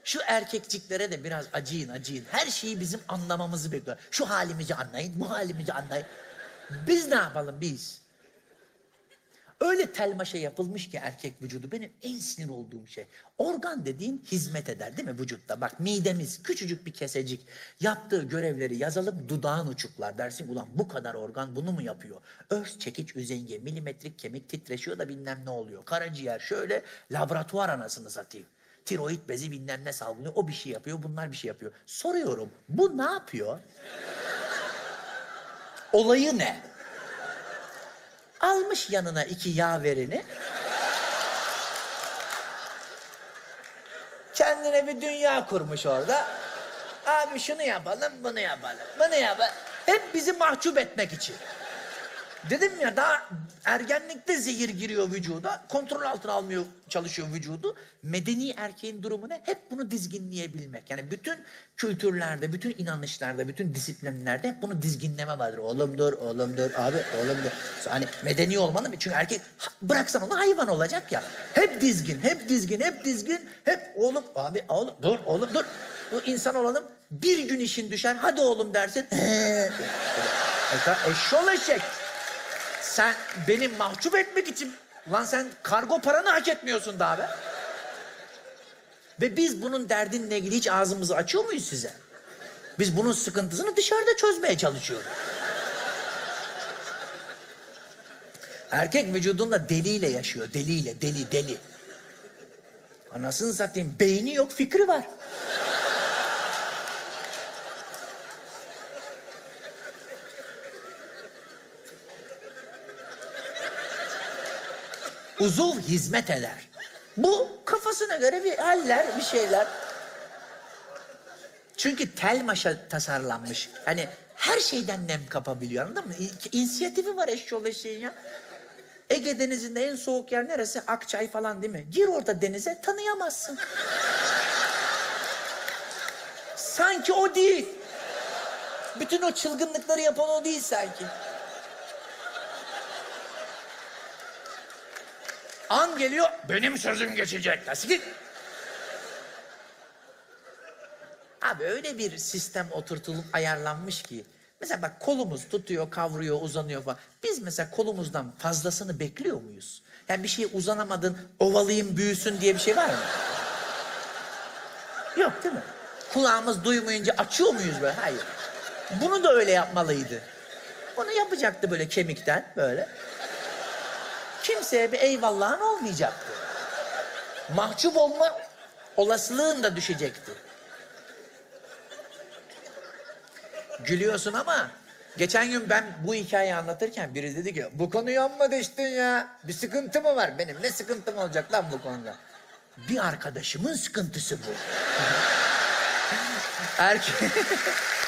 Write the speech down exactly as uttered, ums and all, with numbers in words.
Şu erkekciklere de biraz acıyın acıyın. Her şeyi bizim anlamamızı bekliyor. Şu halimizi anlayın, bu halimizi anlayın. Biz ne yapalım biz? Öyle telmaşa yapılmış ki erkek vücudu, benim en sinir olduğum şey. Organ dediğin hizmet eder değil mi vücutta? Bak midemiz küçücük bir kesecik. Yaptığı görevleri yazalım, dudağın uçuklar. Dersin ulan bu kadar organ bunu mu yapıyor? Örs, çekiç, üzenge, milimetrik kemik titreşiyor da bilmem ne oluyor. Karaciğer şöyle, laboratuvar anasını satayım. Tiroid bezi bilmem ne salgılıyor. O bir şey yapıyor, bunlar bir şey yapıyor. Soruyorum, bu ne yapıyor? Olayı ne? Almış yanına iki yaverini. Kendine bir dünya kurmuş orada. Abi şunu yapalım, bunu yapalım, bunu yapalım. Hep bizi mahcup etmek için. Dedim ya, daha ergenlikte zehir giriyor vücuda. Kontrol altına almıyor, çalışıyor vücudu. Medeni erkeğin durumu ne? Hep bunu dizginleyebilmek. Yani bütün kültürlerde, bütün inanışlarda, bütün disiplinlerde hep bunu dizginleme vardır. Oğlum dur, oğlum dur, abi oğlum dur. Hani medeni olmalı mı? Çünkü erkek bıraksan onu hayvan olacak ya. Hep dizgin, hep dizgin, hep dizgin. Hep oğlum, abi oğlum dur, oğlum dur. Bu insan olalım. Bir gün işin düşer, hadi oğlum dersin. Eşşol eşek. Sen beni mahcup etmek için, lan sen kargo paranı hak etmiyorsun daha be. Ve biz bunun derdinle ilgili hiç ağzımızı açıyor muyuz size? Biz bunun sıkıntısını dışarıda çözmeye çalışıyoruz. Erkek vücudunda deliyle yaşıyor, deliyle, deli, deli. Anasını satayım, beyni yok, fikri var. Uzuv hizmet eder. Bu kafasına göre bir haller, bir şeyler. Çünkü tel maşa tasarlanmış. Hani her şeyden nem kapabiliyor, anladın mı? İnisiyatifi var eşşoğlu eşeğin ya. Ege Denizi'nde en soğuk yer neresi? Akçay falan değil mi? Gir orada denize, tanıyamazsın. Sanki o değil. Bütün o çılgınlıkları yapan o değil sanki. An geliyor, benim sözüm geçecek. Nasıl git? Abi öyle bir sistem oturtulup ayarlanmış ki. Mesela bak, kolumuz tutuyor, kavruyor, uzanıyor falan. Biz mesela kolumuzdan fazlasını bekliyor muyuz? Yani bir şeye uzanamadın, ovalayayım büyüsün diye bir şey var mı? Yok değil mi? Kulağımız duymayınca açıyor muyuz böyle? Hayır. Bunu da öyle yapmalıydı. Bunu yapacaktı böyle kemikten, böyle. Kimseye bir eyvallahın olmayacaktı. Mahcup olma olasılığın da düşecekti. Gülüyorsun ama geçen gün ben bu hikayeyi anlatırken biri dedi ki bu konuyu amma değiştin ya. Bir sıkıntı mı var? Benim ne sıkıntım olacak lan bu konuda? Bir arkadaşımın sıkıntısı bu. Erkek...